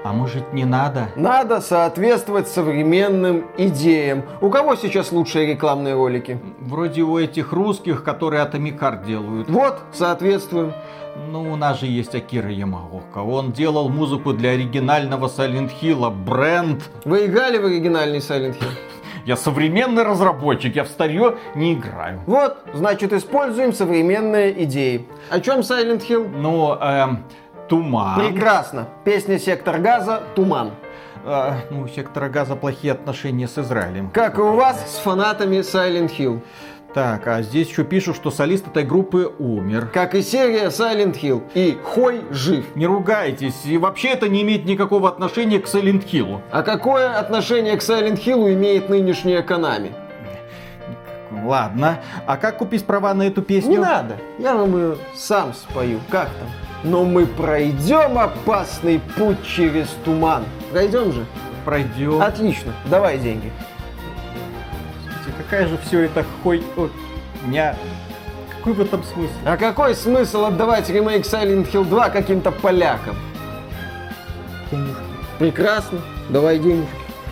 А может, не надо? Надо соответствовать современным идеям. У кого сейчас лучшие рекламные ролики? Вроде у этих русских, которые Atomic Heart делают. Вот, соответствуем. Ну, у нас же есть Акира Ямаока. Он делал музыку для оригинального Silent Hill'а. Бренд. Вы играли в оригинальный Silent Hill? Я современный разработчик, я в старье не играю. Вот, значит, используем современные идеи. О чем Silent Hill? Ну, Туман. Прекрасно. Песня «Сектор газа» «Туман». Ну, у Сектора газа плохие отношения с Израилем. Как и у вас с фанатами Silent Hill. Так, а здесь еще пишут, что солист этой группы умер. Как и серия Silent Hill. И Хой жив. Не ругайтесь. И вообще это не имеет никакого отношения к Silent Hill'у. А какое отношение к Silent Hill'у имеет нынешняя Konami? Ладно. А как купить права на эту песню? Не надо. Я вам ее сам спою. Как там? Но мы пройдем опасный путь через туман. Пройдем же? Пройдем. Отлично. Давай деньги. Какая же все это Хой... Меня... Какой в этом смысл? А какой смысл отдавать ремейк Silent Hill 2 каким-то полякам? Денежки. Прекрасно. Давай денежки.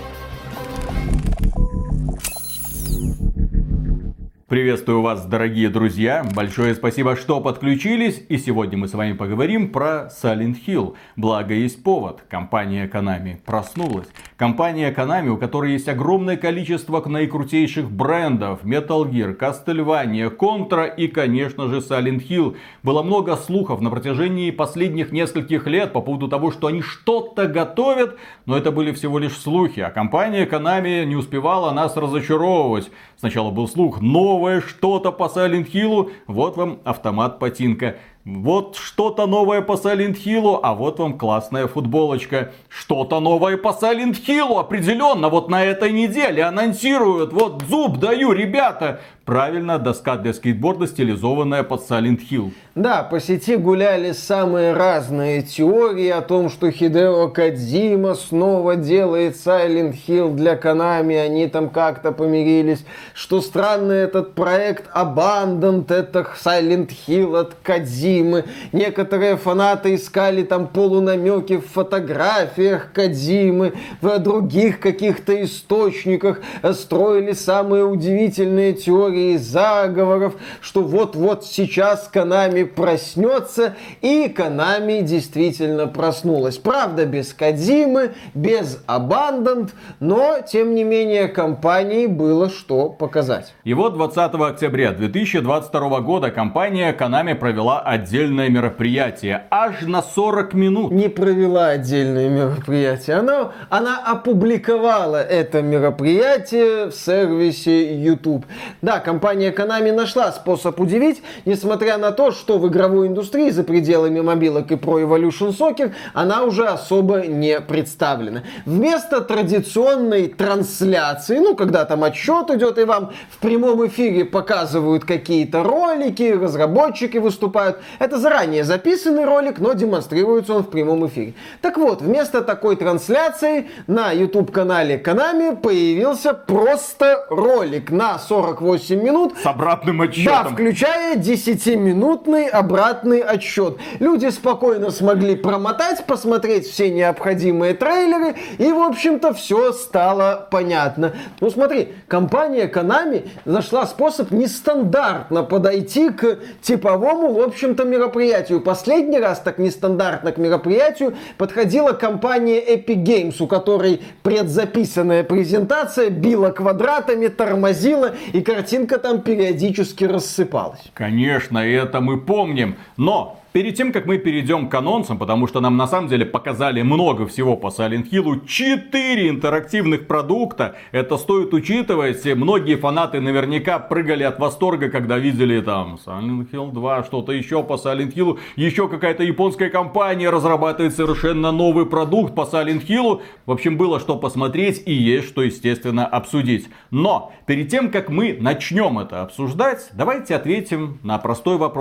Приветствую вас, дорогие друзья. Большое спасибо, что подключились. И сегодня мы с вами поговорим про Silent Hill. Благо есть повод. Компания Konami проснулась. Компания Konami, у которой есть огромное количество наикрутейших брендов. Metal Gear, Castlevania, Contra и, конечно же, Silent Hill. Было много слухов на протяжении последних нескольких лет по поводу того, что они что-то готовят. Но это были всего лишь слухи. А компания Konami не успевала нас разочаровывать. Сначала был слух новое что-то по Silent Hill'у, вот вам автомат Патинка. Вот что-то новое по Silent Hill'у, а вот вам классная футболочка. Что-то новое по Silent Hill'у, определенно, вот на этой неделе анонсируют. Вот зуб даю, ребята. Правильно, доска для скейтборда, стилизованная под Silent Hill. Да, по сети гуляли самые разные теории о том, что Хидео Кодзима снова делает Silent Hill для Konami, они там как-то помирились, что странный этот проект Abandoned, это Silent Hill от Кодзимы. Некоторые фанаты искали там полунамеки в фотографиях Кодзимы, в других каких-то источниках, строили самые удивительные теории заговоров, что вот-вот сейчас Konami проснется, и Konami действительно проснулась. Правда, без Кодзимы, без Abandoned, но, тем не менее, компании было что показать. И вот 20 октября 2022 года компания Konami провела отдельное мероприятие. Аж на 40 минут. Не провела отдельное мероприятие. Она опубликовала это мероприятие в сервисе YouTube. Да, компания Konami нашла способ удивить, несмотря на то, что в игровой индустрии за пределами мобилок и Pro Evolution Soccer она уже особо не представлена. Вместо традиционной трансляции, когда там отсчет идет и вам в прямом эфире показывают какие-то ролики, разработчики выступают, это заранее записанный ролик, но демонстрируется он в прямом эфире. Так вот, вместо такой трансляции на YouTube-канале Konami появился просто ролик на 48 минут. С обратным отсчетом. Да, включая 10-минутный обратный отсчет. Люди спокойно смогли промотать, посмотреть все необходимые трейлеры, и, в общем-то, все стало понятно. Ну, смотри, компания Konami нашла способ нестандартно подойти к типовому, в общем-то, мероприятию. Последний раз так нестандартно к мероприятию подходила компания Epic Games, у которой предзаписанная презентация била квадратами, тормозила, и картинка там периодически рассыпалась. Конечно, это мы помним. Но перед тем, как мы перейдем к анонсам, потому что нам на самом деле показали много всего по Silent Hill'у, 4 интерактивных продукта, это стоит учитывать. Многие фанаты наверняка прыгали от восторга, когда видели там Silent Hill 2, что-то еще по Silent Hill'у. Еще какая-то японская компания разрабатывает совершенно новый продукт по Silent Hill'у. В общем, было что посмотреть и есть что, естественно, обсудить. Но перед тем, как мы начнем это обсуждать, давайте ответим на простой вопрос.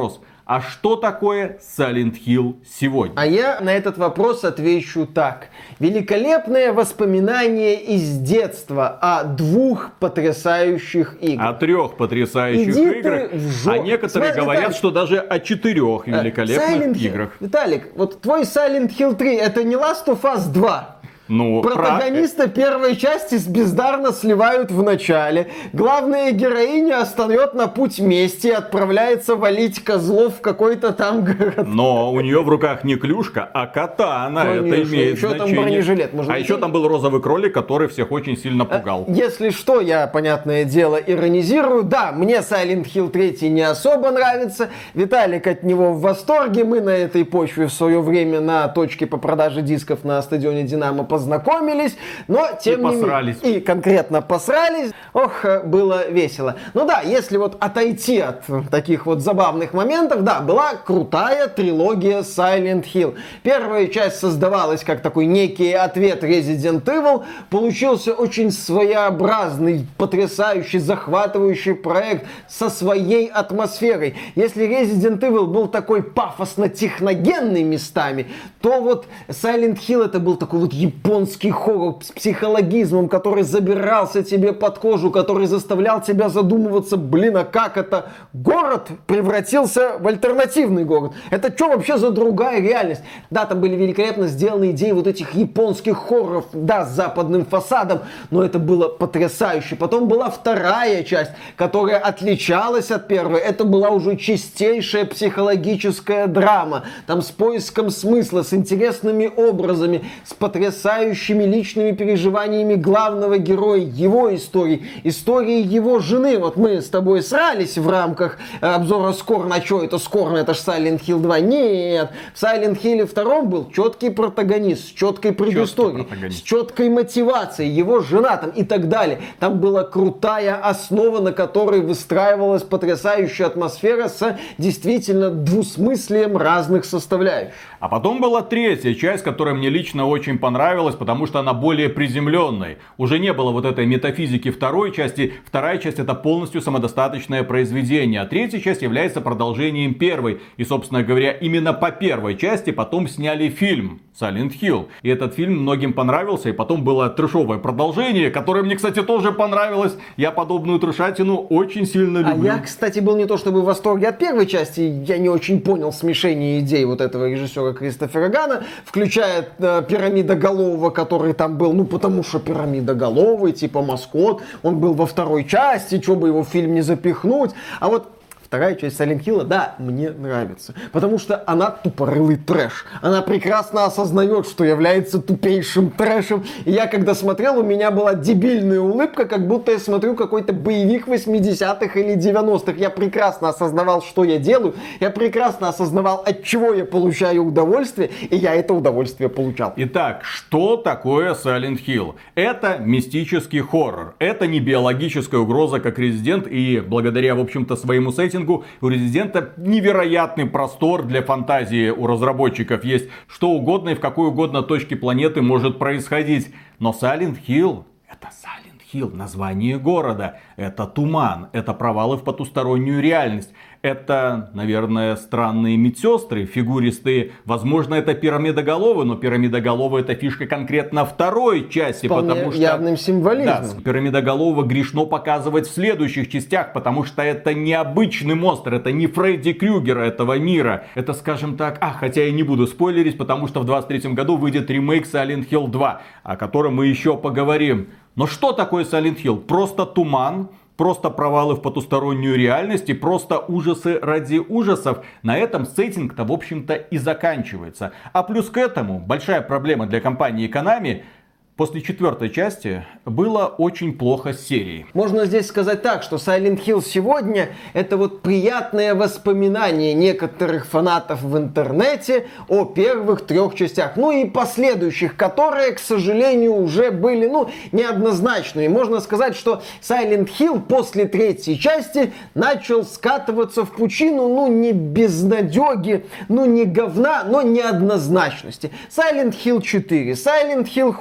А что такое Silent Hill сегодня? А я на этот вопрос отвечу так. Великолепное воспоминание из детства о 2 потрясающих играх. О 3 потрясающих играх. А некоторые говорят, что даже о 4 великолепных играх. Виталик, вот твой Silent Hill 3 это не Last of Us 2? Ну, протагониста первой части бездарно сливают в начале. Главная героиня остается на путь мести и отправляется валить козлов в какой-то там город. Но у нее в руках не клюшка, а катана. Это имеет еще значение. Там бронежилет. А еще там был розовый кролик, который всех очень сильно пугал. Если что, я, понятное дело, иронизирую. Да, мне Silent Hill 3 не особо нравится. Виталик от него в восторге. Мы на этой почве в свое время на точке по продаже дисков на стадионе Динамо познакомились, но тем не менее... И конкретно посрались. Ох, было весело. Ну да, если вот отойти от таких вот забавных моментов, да, была крутая трилогия Silent Hill. Первая часть создавалась как такой некий ответ Resident Evil. Получился очень своеобразный, потрясающий, захватывающий проект со своей атмосферой. Если Resident Evil был такой пафосно-техногенный местами, то вот Silent Hill это был такой вот японский хоррор с психологизмом, который забирался тебе под кожу, который заставлял тебя задумываться, блин, а как это город превратился в альтернативный город? Это что вообще за другая реальность? Да, там были великолепно сделаны идеи вот этих японских хорроров, да, с западным фасадом, но это было потрясающе. Потом была вторая часть, которая отличалась от первой. Это была уже чистейшая психологическая драма, там с поиском смысла, с интересными образами, с потрясающими личными переживаниями главного героя, его истории его жены. Вот мы с тобой срались в рамках обзора Скорн. А что это Скорн? Это ж Silent Hill 2. Нет. В Silent Hill 2 был четкий протагонист, с четкой предысторией, с четкой мотивацией, его жена там и так далее. Там была крутая основа, на которой выстраивалась потрясающая атмосфера с действительно двусмыслием разных составляющих. А потом была третья часть, которая мне лично очень понравилась, потому что она более приземленной. Уже не было вот этой метафизики второй части. Вторая часть это полностью самодостаточное произведение. А третья часть является продолжением первой. И, собственно говоря, именно по первой части потом сняли фильм Silent Hill. И этот фильм многим понравился. И потом было трэшовое продолжение, которое мне, кстати, тоже понравилось. Я подобную трэшатину очень сильно люблю. А я, кстати, был не то чтобы в восторге от первой части. Я не очень понял смешение идей вот этого режиссера Кристофера Гана, включая Пирамидоголового, который там был, ну потому что Пирамидоголовый, типа маскот, он был во второй части, что бы его в фильм не запихнуть. А вот вторая часть Silent Hill, да, мне нравится. Потому что она тупорылый трэш. Она прекрасно осознает, что является тупейшим трэшем. И я, когда смотрел, у меня была дебильная улыбка, как будто я смотрю какой-то боевик 80-х или 90-х. Я прекрасно осознавал, что я делаю. Я прекрасно осознавал, от чего я получаю удовольствие. И я это удовольствие получал. Итак, что такое Silent Hill? Это мистический хоррор. Это не биологическая угроза, как Resident. И благодаря, в общем-то, своему сеттингу у Резидента невероятный простор для фантазии у разработчиков. Есть что угодно и в какой угодно точке планеты может происходить. Но Silent Hill это Silent Hill, название города. Это туман, это провалы в потустороннюю реальность. Это, наверное, странные медсестры, фигуристые. Возможно, это пирамидоголовые, но пирамидоголовые это фишка конкретно второй части. Потому что явным символизмом. Да, пирамидоголового грешно показывать в следующих частях, потому что это необычный монстр, это не Фредди Крюгер этого мира. Это, скажем так, хотя я не буду спойлерить, потому что в 23 году выйдет ремейк Silent Hill 2, о котором мы еще поговорим. Но что такое Silent Hill? Просто туман. Просто провалы в потустороннюю реальность и просто ужасы ради ужасов. На этом сеттинг-то, в общем-то, и заканчивается. А плюс к этому, большая проблема для компании Konami. После четвертой части было очень плохо с серией. Можно здесь сказать так, что Silent Hill сегодня это вот приятное воспоминание некоторых фанатов в интернете о первых 3 частях. Ну и последующих, которые, к сожалению, уже были, неоднозначными. Можно сказать, что Silent Hill после 3 части начал скатываться в пучину, не безнадеги, не говна, но неоднозначности. Silent Hill 4, Silent Hill Homecoming,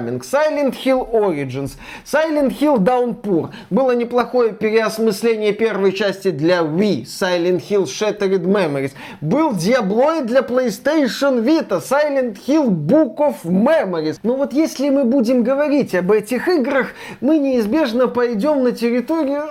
Homecoming, Silent Hill Origins, Silent Hill Downpour. Было неплохое переосмысление первой части для Wii, Silent Hill Shattered Memories. Был Diabloid для PlayStation Vita, Silent Hill Book of Memories. Но вот если мы будем говорить об этих играх, мы неизбежно пойдем на территорию...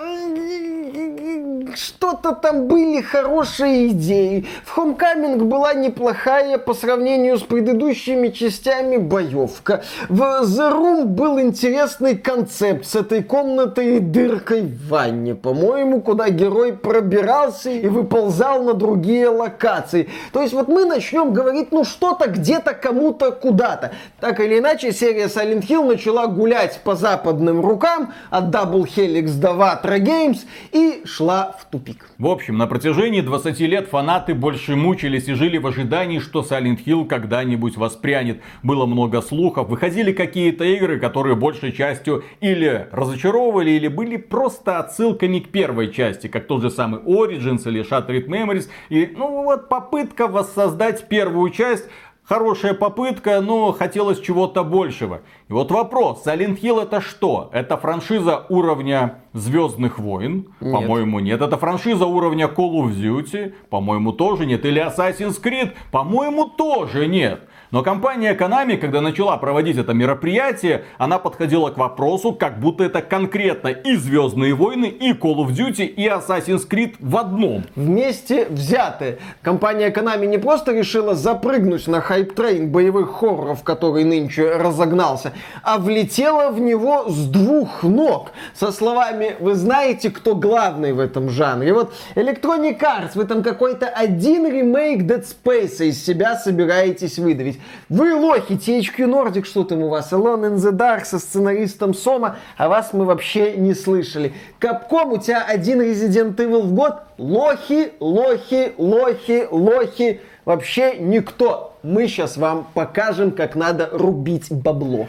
Что-то там были хорошие идеи. В Homecoming была неплохая по сравнению с предыдущими частями боевка. В The Room был интересный концепт с этой комнатой и дыркой в ванне, по-моему, куда герой пробирался и выползал на другие локации. То есть вот мы начнем говорить, ну что-то где-то кому-то куда-то. Так или иначе, серия Silent Hill начала гулять по западным рукам от Double Helix до Vatra Games и шла в тупик. В общем, на протяжении 20 лет фанаты больше мучились и жили в ожидании, что Silent Hill когда-нибудь воспрянет. Было много слухов, выходили какие-то игры, которые большей частью или разочаровывали, или были просто отсылками к первой части, как тот же самый Origins или Shattered Memories. И, ну вот, попытка воссоздать первую часть. Хорошая попытка, но хотелось чего-то большего. И вот вопрос, Silent Hill это что? Это франшиза уровня Звездных войн? Нет. По-моему, нет. Это франшиза уровня Call of Duty? По-моему, тоже нет. Или Assassin's Creed? По-моему, тоже нет. Но компания Konami, когда начала проводить это мероприятие, она подходила к вопросу, как будто это конкретно и Звездные войны, и Call of Duty, и Assassin's Creed в одном. Вместе взятые. Компания Konami не просто решила запрыгнуть на хайп-трейн боевых хорроров, который нынче разогнался, а влетела в него с двух ног. Со словами: вы знаете, кто главный в этом жанре? Вот Electronic Arts, вы там какой-то один ремейк Dead Space из себя собираетесь выдавить. Вы лохи, THQ Nordic, что там у вас? Alone in the Dark со сценаристом Сома, а вас мы вообще не слышали. Capcom, у тебя один Resident Evil в год? Лохи, лохи, лохи, лохи. Вообще никто. Мы сейчас вам покажем, как надо рубить бабло.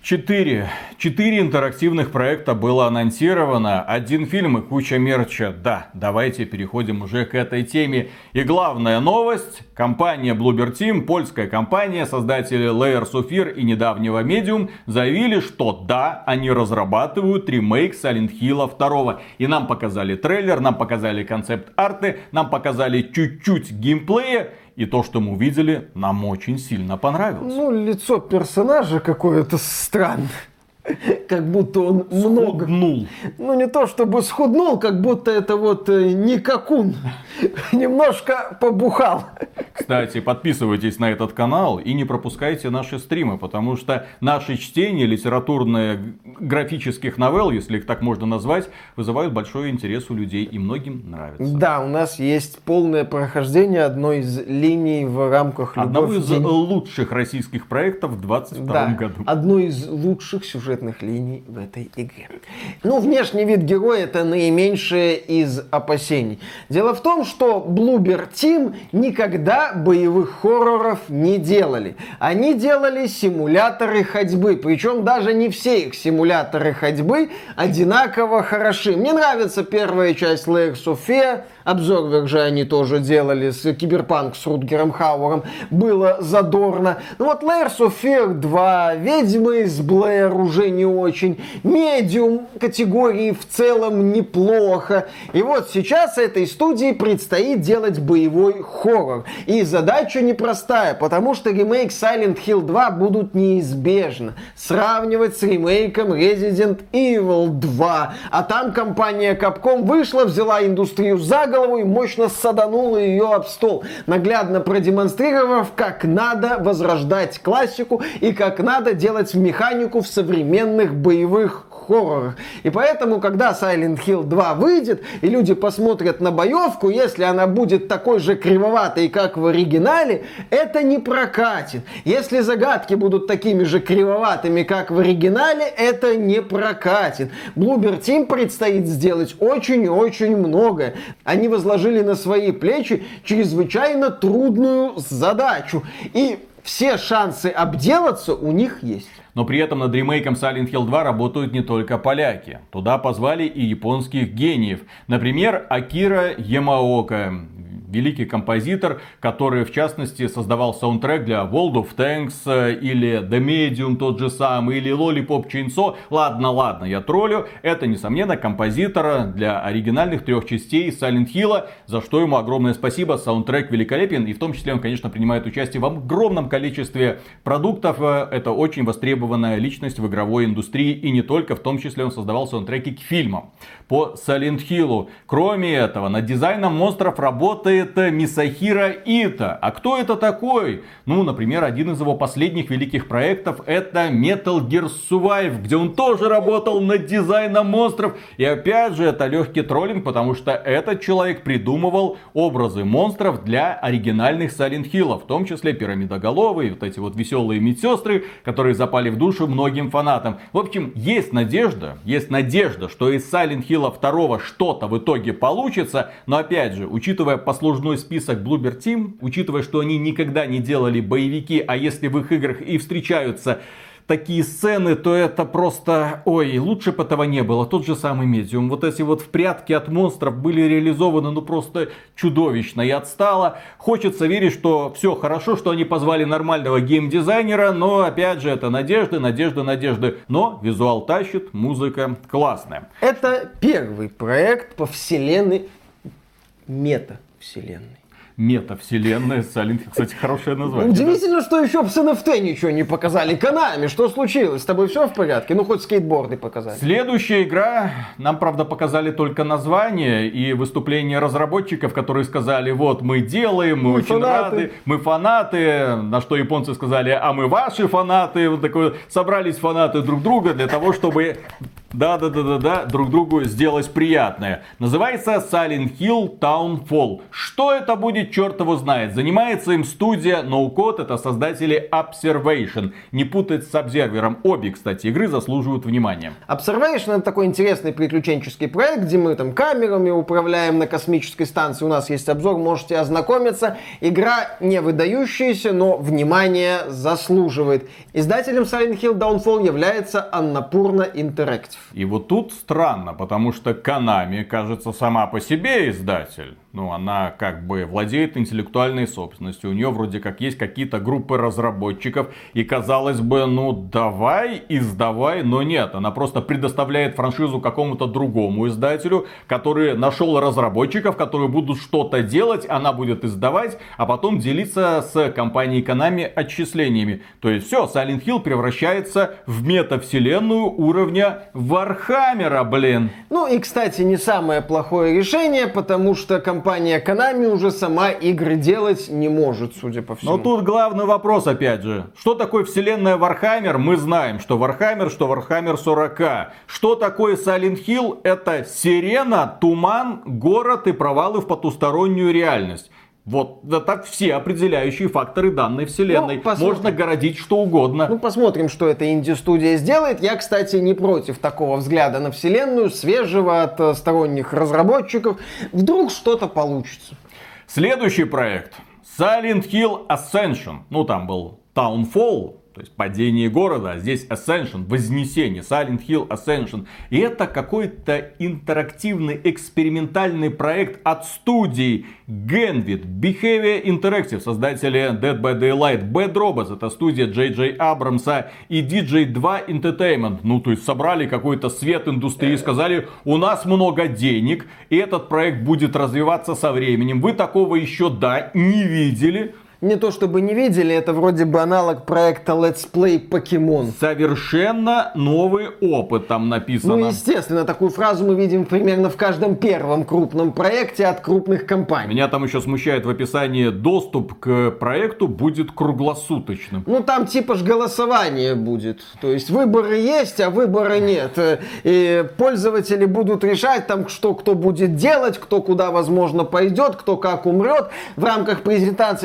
4 интерактивных проекта было анонсировано, 1 фильм и куча мерча. Да, давайте переходим уже к этой теме. И главная новость. Компания Bloober Team, польская компания, создатели Layers of Fear и недавнего Medium, заявили, что да, они разрабатывают ремейк Silent Hill 2. И нам показали трейлер, нам показали концепт-арты, нам показали чуть-чуть геймплея. И то, что мы увидели, нам очень сильно понравилось. Ну, лицо персонажа какое-то странное. Как будто он много... Схуднул. Ну, не то чтобы схуднул, как будто это вот Никакун. Немножко побухал. Кстати, подписывайтесь на этот канал и не пропускайте наши стримы, потому что наши чтения литературные графических новелл, если их так можно назвать, вызывают большой интерес у людей и многим нравится. Да, у нас есть полное прохождение одной из линий в рамках «Любовь». Одного из лучших российских проектов в 2022 году. Одной из лучших сюжетных линий в этой игре. Ну, внешний вид героя — это наименьшее из опасений. Дело в том, что Bloober Team никогда боевых хорроров не делали. Они делали симуляторы ходьбы. Причем даже не все их симуляторы ходьбы одинаково хороши. Мне нравится первая часть Layers of Fear. Обзорвер же они тоже делали с Киберпанк с Рутгером Хауэром. Было задорно. Ну вот Layers of Fear 2, Ведьмы из Блэр уже не очень. Медиум категории в целом неплохо. И вот сейчас этой студии предстоит делать боевой хоррор. И задача непростая, потому что ремейк Silent Hill 2 будут неизбежно сравнивать с ремейком Resident Evil 2. А там компания Capcom вышла, взяла индустрию за голову и мощно саданула ее об стол, наглядно продемонстрировав, как надо возрождать классику и как надо делать механику в современных боевых хоррорах. И поэтому, когда Silent Hill 2 выйдет, и люди посмотрят на боевку, если она будет такой же кривоватой, как в оригинале, это не прокатит. Если загадки будут такими же кривоватыми, как в оригинале, это не прокатит. Bloober Team предстоит сделать очень и очень многое. Они возложили на свои плечи чрезвычайно трудную задачу. И все шансы обделаться у них есть. Но при этом над ремейком Silent Hill 2 работают не только поляки. Туда позвали и японских гениев. Например, Акира Ямаока, великий композитор, который, в частности, создавал саундтрек для World of Tanks, или The Medium тот же самый, или Lollipop Chainsaw. Ладно, я троллю. Это, несомненно, композитор для оригинальных 3 частей Silent Hill, за что ему огромное спасибо. Саундтрек великолепен, и в том числе он, конечно, принимает участие в огромном количестве продуктов. Это очень востребованная личность в игровой индустрии, и не только, в том числе он создавал саундтреки к фильмам по Silent Hill. Кроме этого, над дизайном монстров работает Мисахиро Ита. А кто это такой? Ну, например, один из его последних великих проектов — это Metal Gear Survive, где он тоже работал над дизайном монстров. И опять же, это легкий троллинг, потому что этот человек придумывал образы монстров для оригинальных Silent Hill, в том числе пирамидоголовые, вот эти вот веселые медсестры, которые запали в душу многим фанатам. В общем, есть надежда, что из Silent Hill 2 что-то в итоге получится, но опять же, учитывая послужной список Bloober Team, учитывая, что они никогда не делали боевики, а если в их играх и встречаются такие сцены, то это просто... Ой, лучше бы этого не было. Тот же самый Medium. Вот эти вот впрятки от монстров были реализованы, ну просто чудовищно и отстало. Хочется верить, что все хорошо, что они позвали нормального геймдизайнера, но опять же, это надежды. Но визуал тащит, музыка классная. Это первый проект по вселенной, метавселенной. Метавселенная Silent Hill. Кстати, хорошее название. Удивительно, что еще в СНФТ ничего не показали. Konami, что случилось? С тобой все в порядке? Ну, хоть скейтборды показали. Следующая игра. Нам, правда, показали только название и выступление разработчиков, которые сказали: вот мы делаем, мы очень рады, мы фанаты. На что японцы сказали: а мы ваши фанаты. Вот такое, собрались фанаты друг друга для того, чтобы... друг другу сделать приятное. Называется Silent Hill Townfall. Что это будет, черт его знает. Занимается им студия No Code, это создатели Observation. Не путать с Observer. Обе, кстати, игры заслуживают внимания. Observation — это такой интересный приключенческий проект, где мы там камерами управляем на космической станции. У нас есть обзор, можете ознакомиться. Игра не выдающаяся, но внимание заслуживает. Издателем Silent Hill Downfall является Annapurna Interactive. И вот тут странно, потому что Konami, кажется, сама по себе издатель. Ну, она как бы владеет интеллектуальной собственностью. У нее вроде как есть какие-то группы разработчиков. И казалось бы, ну давай, издавай. Но нет, она просто предоставляет франшизу какому-то другому издателю, который нашел разработчиков, которые будут что-то делать. Она будет издавать, а потом делиться с компанией Konami отчислениями. То есть все, Silent Hill превращается в метавселенную уровня Вархаммера, блин. Ну и, кстати, не самое плохое решение, потому что компания Konami уже сама игры делать не может, судя по всему. Но тут главный вопрос, опять же. Что такое вселенная Warhammer? Мы знаем, что Warhammer 40К. Что такое Silent Hill? Это сирена, туман, город и провалы в потустороннюю реальность. Вот это все определяющие факторы данной вселенной. Можно городить что угодно. Ну, посмотрим, что эта инди-студия сделает. Я, кстати, не против такого взгляда на вселенную, свежего от сторонних разработчиков. Вдруг что-то получится. Следующий проект. Silent Hill Ascension. Ну, там был Townfall. То есть падение города, а здесь Ascension, вознесение, Silent Hill Ascension. И это какой-то интерактивный экспериментальный проект от студии Gambit, Behavior Interactive, создатели Dead by Daylight, Bad Robots, это студия J.J. Абрамса и DJ2 Entertainment. Ну, то есть собрали какой-то свет индустрии, сказали: у нас много денег, и этот проект будет развиваться со временем. Вы такого еще, не видели. Не то чтобы не видели, это вроде бы аналог проекта Let's Play Pokemon. Совершенно новый опыт там написано. Ну, естественно, такую фразу мы видим примерно в каждом первом крупном проекте от крупных компаний. Меня там еще смущает в описании: доступ к проекту будет круглосуточным. Ну, там типа ж голосование будет. То есть выборы есть, а выбора нет. И пользователи будут решать там, что кто будет делать, кто куда, возможно, пойдет, кто как умрет. В рамках презентации нам несколько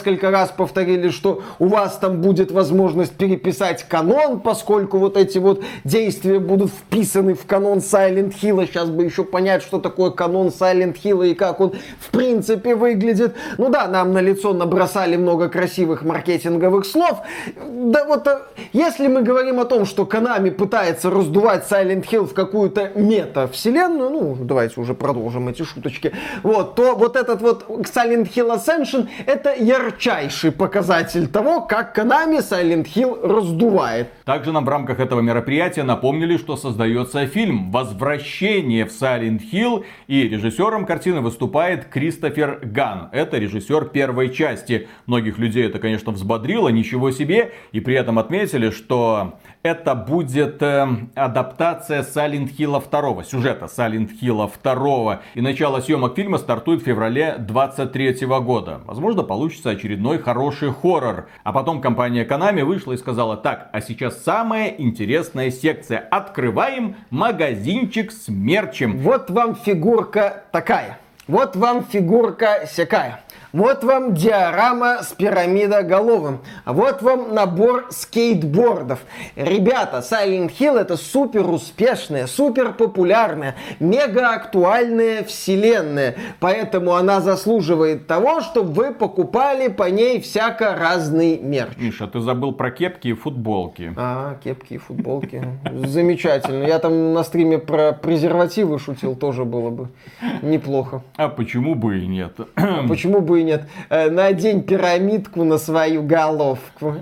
несколько раз повторили, что у вас там будет возможность переписать канон, поскольку вот эти вот действия будут вписаны в канон Silent Hill. Сейчас бы еще понять, что такое канон Silent Hill и как он в принципе выглядит. Ну да, нам на лицо набросали много красивых маркетинговых слов. Да вот, если мы говорим о том, что Konami пытается раздувать Silent Hill в какую-то мета-вселенную, ну, давайте уже продолжим эти шуточки, вот, то вот этот вот Silent Hill Ascension это ярчайший показатель того, как Konami Silent Hill раздувает. Также нам в рамках этого мероприятия напомнили, что создается фильм «Возвращение в Silent Hill», и режиссером картины выступает Кристофер Ганн. Это режиссер первой части. Многих людей это, конечно, взбодрило, ничего себе, и при этом отметили, что это будет адаптация Silent Hill 2, сюжета Silent Hill 2. И начало съемок фильма стартует в феврале 2023 года. Возможно, получится очередной хороший хоррор. А потом компания Konami вышла и сказала: так, а сейчас самая интересная секция. Открываем магазинчик с мерчем. Вот вам фигурка такая. Вот вам фигурка сякая. Вот вам диорама с пирамидоголовым. А вот вам набор скейтбордов. Ребята, Silent Hill это супер успешная, супер популярная, мега актуальная вселенная. Поэтому она заслуживает того, чтобы вы покупали по ней всяко разный мерч. Миша, ты забыл про кепки и футболки. Кепки и футболки. Замечательно. Я там на стриме про презервативы шутил, тоже было бы неплохо. А почему бы и нет? Почему бы и нет? Надень пирамидку на свою головку.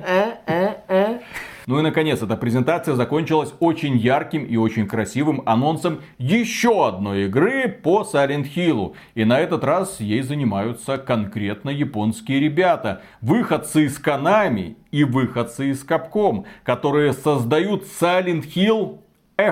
Ну и наконец, эта презентация закончилась очень ярким и очень красивым анонсом еще одной игры по Silent Hill. И на этот раз ей занимаются конкретно японские ребята. Выходцы из Konami и выходцы из Capcom, которые создают Silent Hill F.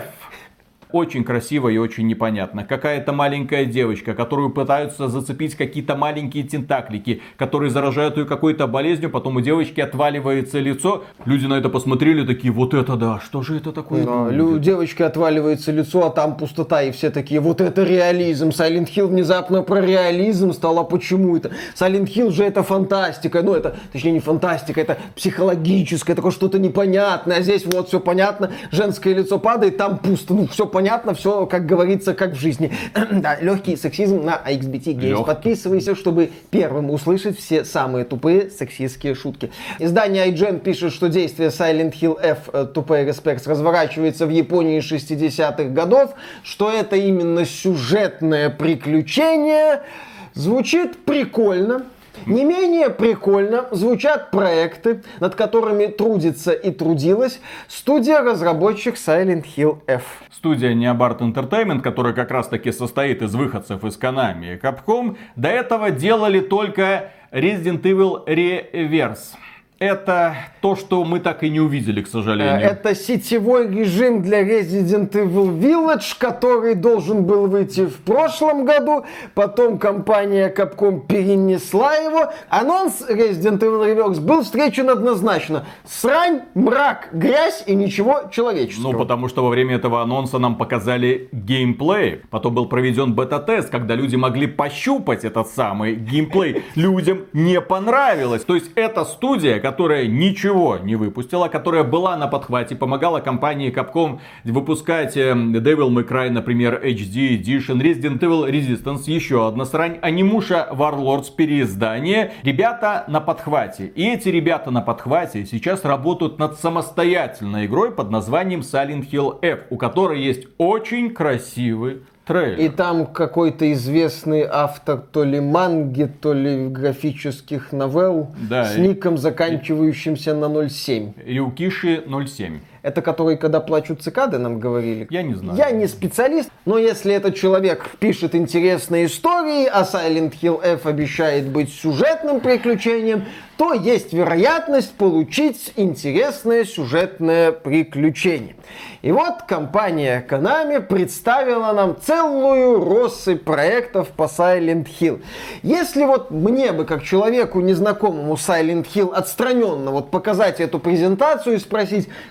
Очень красиво и очень непонятно. Какая-то маленькая девочка, которую пытаются зацепить какие-то маленькие тентаклики, которые заражают ее какой-то болезнью, потом у девочки отваливается лицо. Люди на это посмотрели, такие: вот это да, что же это такое? Да, девочке отваливается лицо, а там пустота, и все такие: вот это реализм. Silent Hill внезапно про реализм стало. Почему это? Silent Hill же это фантастика. Ну это, точнее не фантастика, это психологическое, такое что-то непонятное. А здесь вот все понятно, женское лицо падает, там пусто. Ну все понятно, все, как говорится, как в жизни. Да, легкий сексизм на AXBT Games. Подписывайся, чтобы первым услышать все самые тупые сексистские шутки. Издание IGN пишет, что действие Silent Hill F, тупой респект, разворачивается в Японии 60-х годов, что это именно сюжетное приключение. Звучит прикольно. Не менее прикольно звучат проекты, над которыми трудится и трудилась студия-разработчик Silent Hill F. Студия Neobart Entertainment, которая как раз таки состоит из выходцев из Konami и Capcom, до этого делали только Resident Evil Reverse. Это то, что мы так и не увидели, к сожалению. Это сетевой режим для Resident Evil Village, который должен был выйти в прошлом году. Потом компания Capcom перенесла его. Анонс Resident Evil Reverse был встречен однозначно: срань, мрак, грязь и ничего человеческого. Ну, потому что во время этого анонса нам показали геймплей. Потом был проведен бета-тест, когда люди могли пощупать этот самый геймплей. Людям не понравилось. То есть эта студия, которая ничего не выпустила, которая была на подхвате, помогала компании Capcom выпускать Devil May Cry, например, HD Edition, Resident Evil Resistance, еще одна срань, Animusha Warlords переиздание. Ребята на подхвате. И эти ребята на подхвате сейчас работают над самостоятельной игрой под названием Silent Hill F, у которой есть очень красивый трейлер. И там какой-то известный автор то ли манги, то ли графических новелл, да, с ником, заканчивающимся на 07. Ryukishi 07. Это который, когда плачут цикады, нам говорили? Я не знаю. Я не специалист, но если этот человек пишет интересные истории, а Silent Hill F обещает быть сюжетным приключением, то есть вероятность получить интересное сюжетное приключение. И вот компания Konami представила нам целую россыпь проектов по Silent Hill. Если вот мне бы, как человеку незнакомому Silent Hill, отстраненно вот показать эту презентацию и спросить: как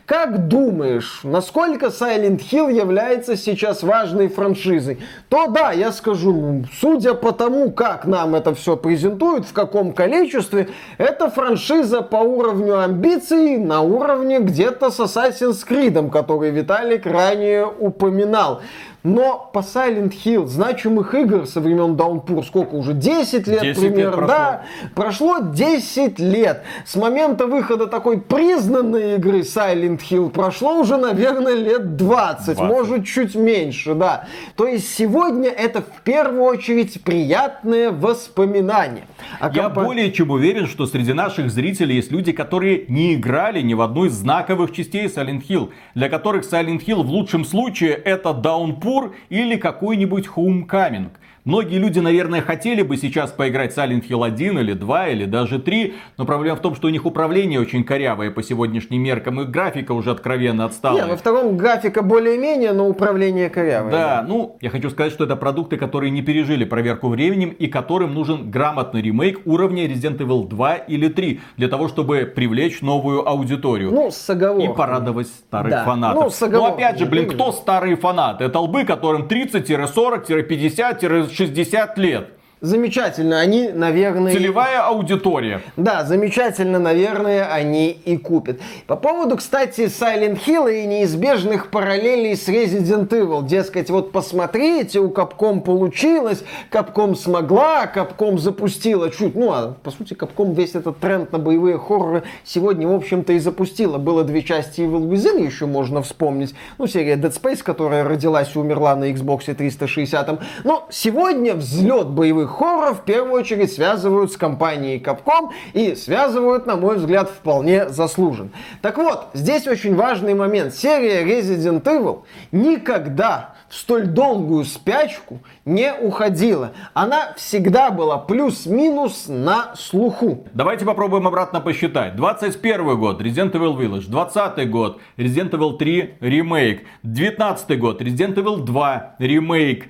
думаешь, насколько Silent Hill является сейчас важной франшизой, то да, я скажу, судя по тому, как нам это все презентуют, в каком количестве, это франшиза по уровню амбиций на уровне где-то с Assassin's Creed, который Виталик ранее упоминал. Но по Silent Hill значимых игр со времен Downpour сколько уже? 10 лет 10 примерно. лет прошло. Да, прошло 10 лет. С момента выхода такой признанной игры Silent Hill прошло уже, наверное, лет 20. Может, чуть меньше, да. То есть сегодня это в первую очередь приятные воспоминания. Я более чем уверен, что среди наших зрителей есть люди, которые не играли ни в одну из знаковых частей Silent Hill, для которых Silent Hill в лучшем случае это Downpour или какой-нибудь Homecoming. Многие люди, наверное, хотели бы сейчас поиграть в Silent Hill 1 или 2 или даже 3, но проблема в том, что у них управление очень корявое по сегодняшним меркам, и графика уже откровенно отстала. Не, во втором графика более-менее, но управление корявое. Да, ну, я хочу сказать, что это продукты, которые не пережили проверку временем и которым нужен грамотный ремейк уровня Resident Evil 2 или 3, для того, чтобы привлечь новую аудиторию. Ну, с оговоркой. И порадовать старых Да. фанатов. Ну, с оговоркой. Но опять же, блин, кто старые фанаты? Это лбы, которым 30-40-50-60 лет. Замечательно, они, наверное... Целевая аудитория. Да, замечательно, наверное, они и купят. По поводу, кстати, Silent Hill и неизбежных параллелей с Resident Evil. Дескать, вот посмотрите, у Capcom получилось, Capcom смогла, Capcom запустила чуть... Ну, а по сути, Capcom весь этот тренд на боевые хорроры сегодня, в общем-то, и запустила. Было 2 части Evil Within, еще можно вспомнить. Ну, серия Dead Space, которая родилась и умерла на Xbox 360. Но сегодня взлет боевых хорроров в первую очередь связывают с компанией Capcom и связывают, на мой взгляд, вполне заслуженно. Так вот, здесь очень важный момент. Серия Resident Evil никогда в столь долгую спячку не уходила. Она всегда была плюс-минус на слуху. Давайте попробуем обратно посчитать. 21 год Resident Evil Village, 20 год Resident Evil 3 ремейк, 19 год Resident Evil 2 ремейк,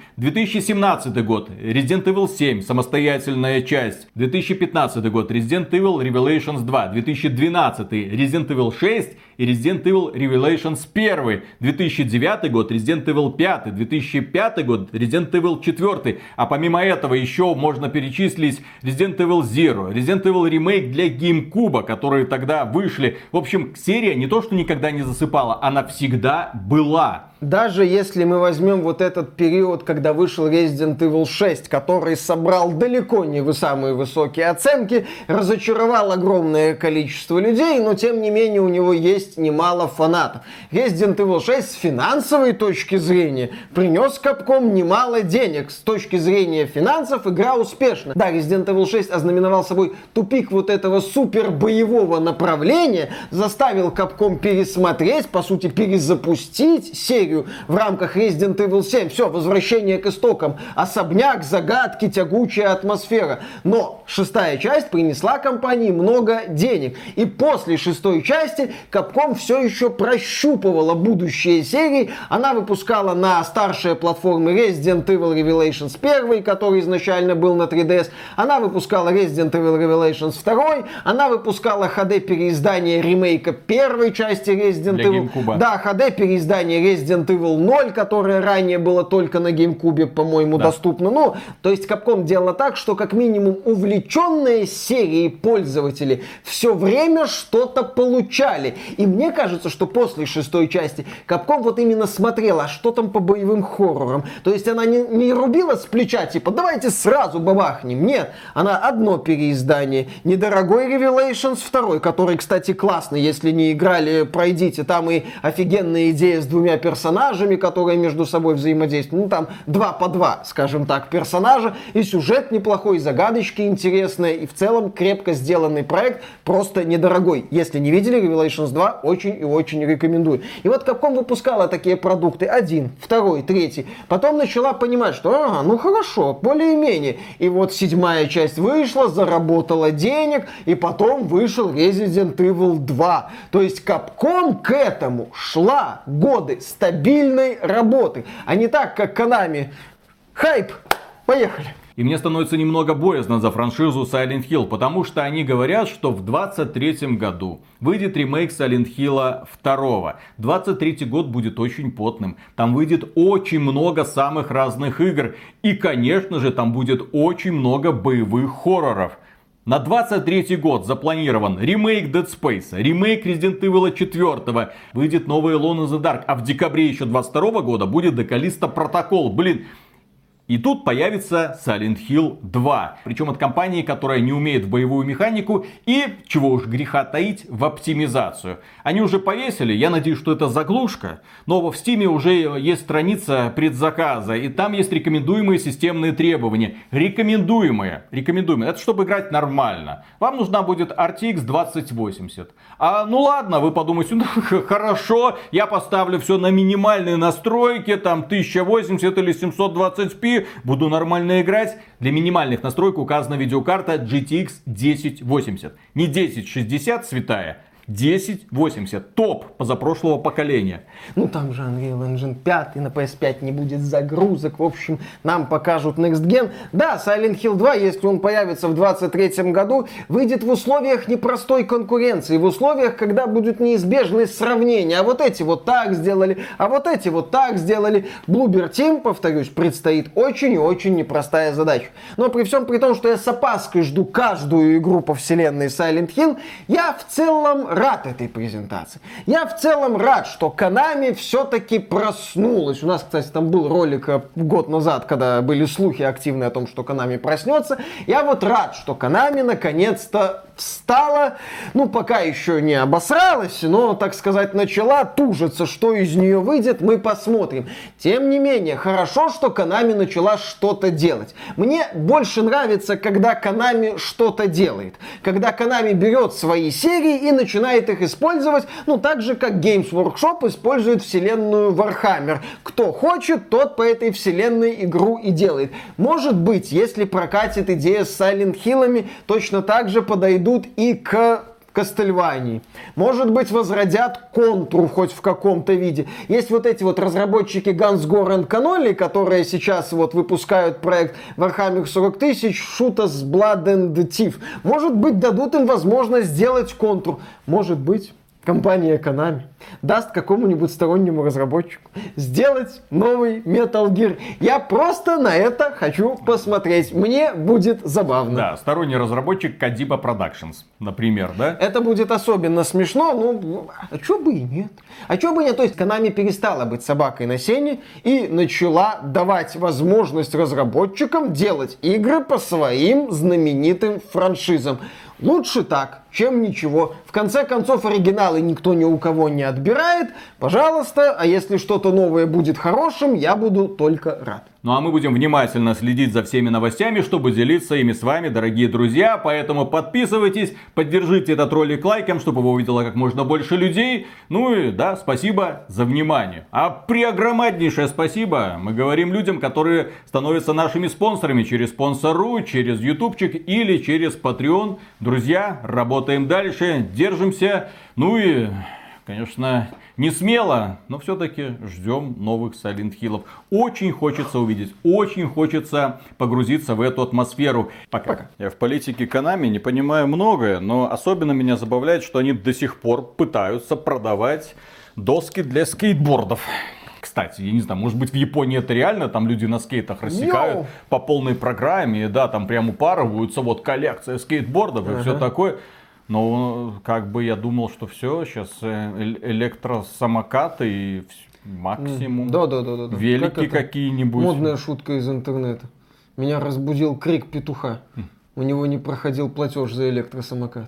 2017 год Resident Evil 7 самостоятельная часть, 2015 год Resident Evil Revelations 2, 2012 Resident Evil 6 и Resident Evil Revelations 1, 2009 год Resident Evil 5, 2005 год Resident Evil 4, а помимо этого еще можно перечислить Resident Evil Zero, Resident Evil ремейк для GameCube, которые тогда вышли. В общем, серия не то что никогда не засыпала, она всегда была. Даже если мы возьмем вот этот период, когда вышел Resident Evil 6, который собрал далеко не самые высокие оценки, разочаровал огромное количество людей, но тем не менее у него есть немало фанатов. Resident Evil 6 с финансовой точки зрения принес Capcom немало денег. С точки зрения финансов игра успешна. Да, Resident Evil 6 ознаменовал собой тупик вот этого супер боевого направления, заставил Capcom пересмотреть, по сути перезапустить серию в рамках Resident Evil 7. Все, возвращение к истокам. Особняк, загадки, тягучая атмосфера. Но 6-я часть принесла компании много денег. И после 6-й части Capcom все еще прощупывала будущее серии. Она выпускала на старшие платформы Resident Evil Revelations 1, который изначально был на 3DS. Она выпускала Resident Evil Revelations 2. Она выпускала HD-переиздание ремейка первой части Resident Evil. GameCube. Да, HD-переиздание Resident Evil 0, которое ранее было только на GameCube, по-моему, доступно. Ну, то есть Capcom делала так, что как минимум увлеченные серией пользователи все время что-то получали. И мне кажется, что после 6-й части Capcom вот именно смотрела, что там по боевым хоррорам. То есть она не рубила с плеча, типа, давайте сразу бабахнем. Нет, она одно переиздание. Недорогой Revelations 2, который, кстати, классный. Если не играли, пройдите. Там и офигенная идея с 2 персонажами, которые между собой взаимодействуют. Ну, там 2 по 2, скажем так, персонажа. И сюжет неплохой, и загадочки интересные. И в целом крепко сделанный проект, просто недорогой. Если не видели Revelations 2, очень и очень рекомендую. И вот Capcom выпускала такие продукты. 1, 2, 3. Потом начала понимать, что ну хорошо, более-менее. И вот 7-я часть вышла, заработала денег, и потом вышел Resident Evil 2. То есть Capcom к этому шла годы стабильной работы. А не так, как Konami. Хайп! Поехали! И мне становится немного боязно за франшизу Silent Hill, потому что они говорят, что в 23 году выйдет ремейк Silent Hill 2. 23 год будет очень потным. Там выйдет очень много самых разных игр. И, конечно же, там будет очень много боевых хорроров. На 23 год запланирован ремейк Dead Space, ремейк Resident Evil 4, выйдет новый Alone in the Dark, а в декабре еще 22 года будет The Callisto Protocol. Блин. И тут появится Silent Hill 2. Причем от компании, которая не умеет в боевую механику и, чего уж греха таить, в оптимизацию. Они уже повесили, я надеюсь, что это заглушка. Но в Steam уже есть страница предзаказа. И там есть рекомендуемые системные требования. Рекомендуемые. Это чтобы играть нормально. Вам нужна будет RTX 2080. Ну ладно, вы подумаете, хорошо, я поставлю все на минимальные настройки. Там 1080 или 720p. Буду нормально играть. Для минимальных настроек указана видеокарта GTX 1080. Не 1060 святая. 1080. Топ позапрошлого поколения. Ну там же Unreal Engine 5, на PS5 не будет загрузок. В общем, нам покажут Next Gen. Да, Silent Hill 2, если он появится в 2023 году, выйдет в условиях непростой конкуренции. В условиях, когда будет неизбежность сравнения. А вот эти вот так сделали, а вот эти вот так сделали. Bloober Team, повторюсь, предстоит очень и очень непростая задача. Но при всем при том, что я с опаской жду каждую игру по вселенной Silent Hill, я в целом рад этой презентации. Я в целом рад, что Konami все-таки проснулась. У нас, кстати, там был ролик год назад, когда были слухи активные о том, что Konami проснется. Я вот рад, что Konami наконец-то встала, пока еще не обосралась, но, так сказать, начала тужиться, что из нее выйдет, мы посмотрим. Тем не менее, хорошо, что Konami начала что-то делать. Мне больше нравится, когда Konami что-то делает. Когда Konami берет свои серии и начинает их использовать, так же, как Games Workshop использует вселенную Warhammer. Кто хочет, тот по этой вселенной игру и делает. Может быть, если прокатит идея с Silent Hill'ами, точно так же подойдут и к Castlevania. Может быть, возродят Контру хоть в каком-то виде. Есть вот эти вот разработчики Guns Gore Cannoli, которые сейчас вот выпускают проект Warhammer 40 000, Shoot Us Blood and Thief. Может быть, дадут им возможность сделать Контру. Может быть, компания Konami даст какому-нибудь стороннему разработчику сделать новый Metal Gear. Я просто на это хочу посмотреть. Мне будет забавно. Да, сторонний разработчик Kojima Productions, например, да? Это будет особенно смешно, а чё бы и нет. А чё бы и нет. То есть Konami перестала быть собакой на сене и начала давать возможность разработчикам делать игры по своим знаменитым франшизам. Лучше так, чем ничего. В конце концов, оригиналы никто ни у кого не отбирает. Пожалуйста, а если что-то новое будет хорошим, я буду только рад. Ну а мы будем внимательно следить за всеми новостями, чтобы делиться ими с вами, дорогие друзья. Поэтому подписывайтесь, поддержите этот ролик лайком, чтобы его увидело как можно больше людей. Ну и да, спасибо за внимание. А преогромаднейшее спасибо мы говорим людям, которые становятся нашими спонсорами через Sponsor.ru, через ютубчик или через Patreon. Друзья, работаем дальше, держимся. Ну и, конечно, не смело, но все-таки ждем новых Silent Hill'ов. Очень хочется увидеть, очень хочется погрузиться в эту атмосферу. Пока. Я в политике Konami не понимаю многое, но особенно меня забавляет, что они до сих пор пытаются продавать доски для скейтбордов. Кстати, я не знаю, может быть в Японии это реально, там люди на скейтах рассекают по полной программе, да, там прям упарываются, вот коллекция скейтбордов и все такое. Но как бы я думал, что все, сейчас электросамокаты и максимум. Да. Велики какие-нибудь. Модная шутка из интернета. Меня разбудил крик петуха. У него не проходил платеж за электросамокат.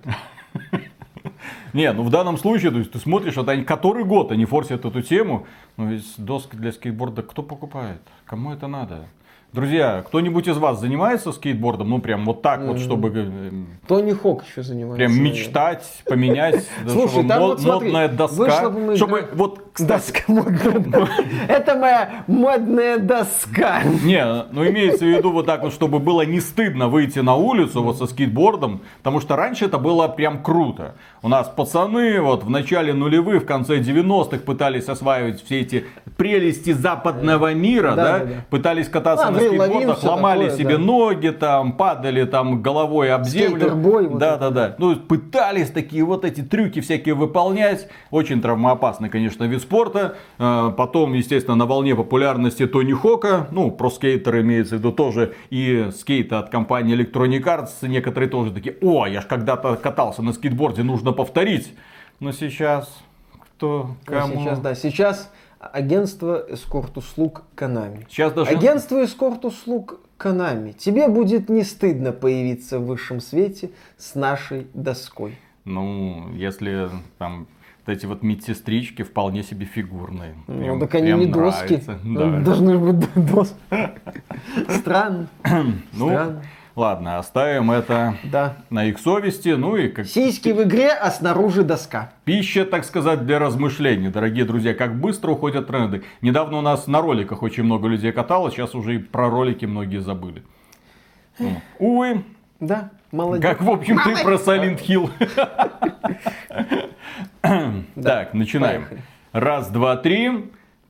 Не, ну в данном случае, то есть ты смотришь, вот они который год они форсят эту тему. Но ведь доски для скейтборда кто покупает? Кому это надо? Друзья, кто-нибудь из вас занимается скейтбордом? Ну, прям вот так вот, чтобы... Тони Хок еще занимается. Прям мечтать, поменять. Слушай, там вот смотри, модная доска. Чтобы вот, доска модная. Это моя модная доска. Не, ну имеется в виду вот так вот, чтобы было не стыдно выйти на улицу вот со скейтбордом. Потому что раньше это было прям круто. У нас пацаны вот в начале нулевых, в конце 90-х пытались осваивать все эти прелести западного мира, да? Пытались кататься на скейтбордах, ломали такое, себе да. ноги, там, падали там головой об землю. Скейтербой. Вот Да. Ну, пытались такие вот эти трюки всякие выполнять. Очень травмоопасный, конечно, вид спорта. Потом, естественно, на волне популярности Тони Хока, ну, про скейтер имеется в виду тоже, и скейты от компании Electronic Arts, некоторые тоже такие: о, я ж когда-то катался на скейтборде, нужно повторить. Но сейчас кто кому? Сейчас агентство эскорт-услуг Konami. Сейчас даже... Агентство эскорт-услуг Konami. Тебе будет не стыдно появиться в высшем свете с нашей доской. Ну, если там вот эти вот медсестрички вполне себе фигурные. Ну, так они не доски. Да. Должны быть доски. Странно. Ну, ладно, оставим это на их совести. Ну и как... Сиськи в игре, а снаружи доска. Пища, так сказать, для размышлений, дорогие друзья. Как быстро уходят тренды. Недавно у нас на роликах очень много людей каталось. Сейчас уже и про ролики многие забыли. Увы. Да, молодец. Как, в общем-то, и про Silent Hill. Так, начинаем. Поехали. Раз, два, три.